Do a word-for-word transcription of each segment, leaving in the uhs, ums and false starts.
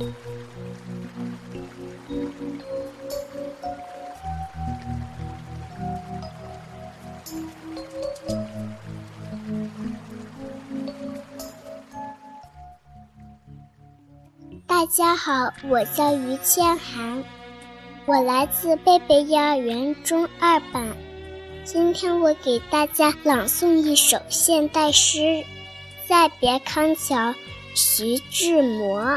大家好，我叫于千涵，我来自贝贝幼儿园中二班。今天我给大家朗诵一首现代诗《再别康桥》，徐志摩。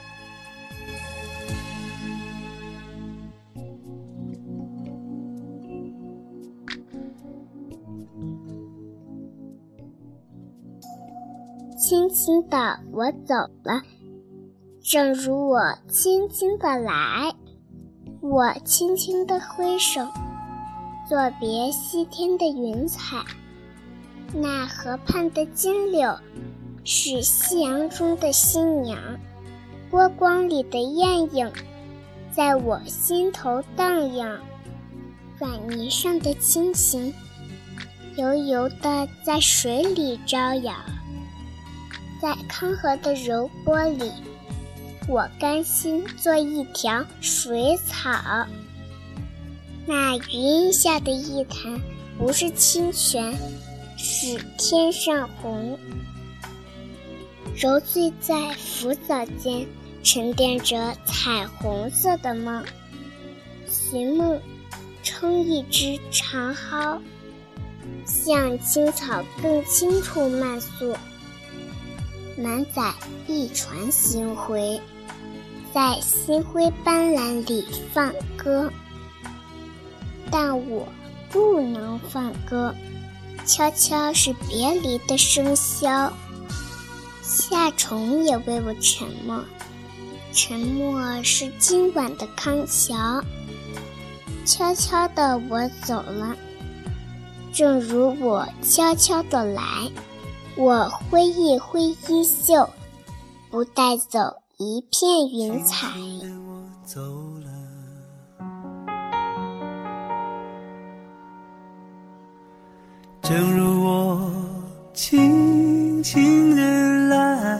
轻轻地我走了，正如我轻轻地来，我轻轻地挥手，作别西天的云彩。那河畔的金柳是夕阳中的新娘，波光里的艳影在我心头荡漾。软泥上的星星油油地在水里招摇，在康河的柔波里，我甘心做一条水草。那云下的一潭不是清泉，是天上虹，揉醉在浮藻间，沉淀着彩虹色的梦。寻梦撑一只长蒿，向青草更清处漫溯，满载一船星辉，在星辉斑斓里放歌。但我不能放歌，悄悄是别离的笙箫。夏虫也为我沉默，沉默是今晚的康桥。悄悄地我走了，正如我悄悄地来，我挥一挥衣袖，不带走一片云彩。 正如我轻轻地来，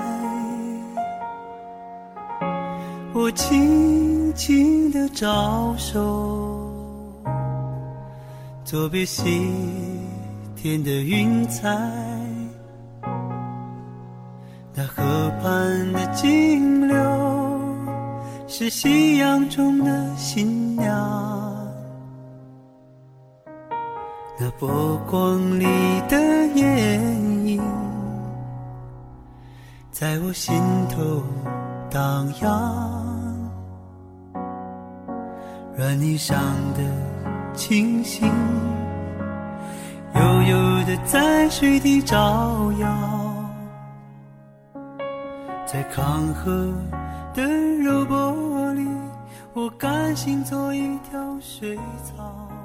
我轻轻地招手，作别西天的云彩。那河畔的金柳是夕阳中的新娘，那波光里的艳影在我心头荡漾。软泥上的星星悠悠地在水底招摇，在康河的柔波里，我甘心做一条水草。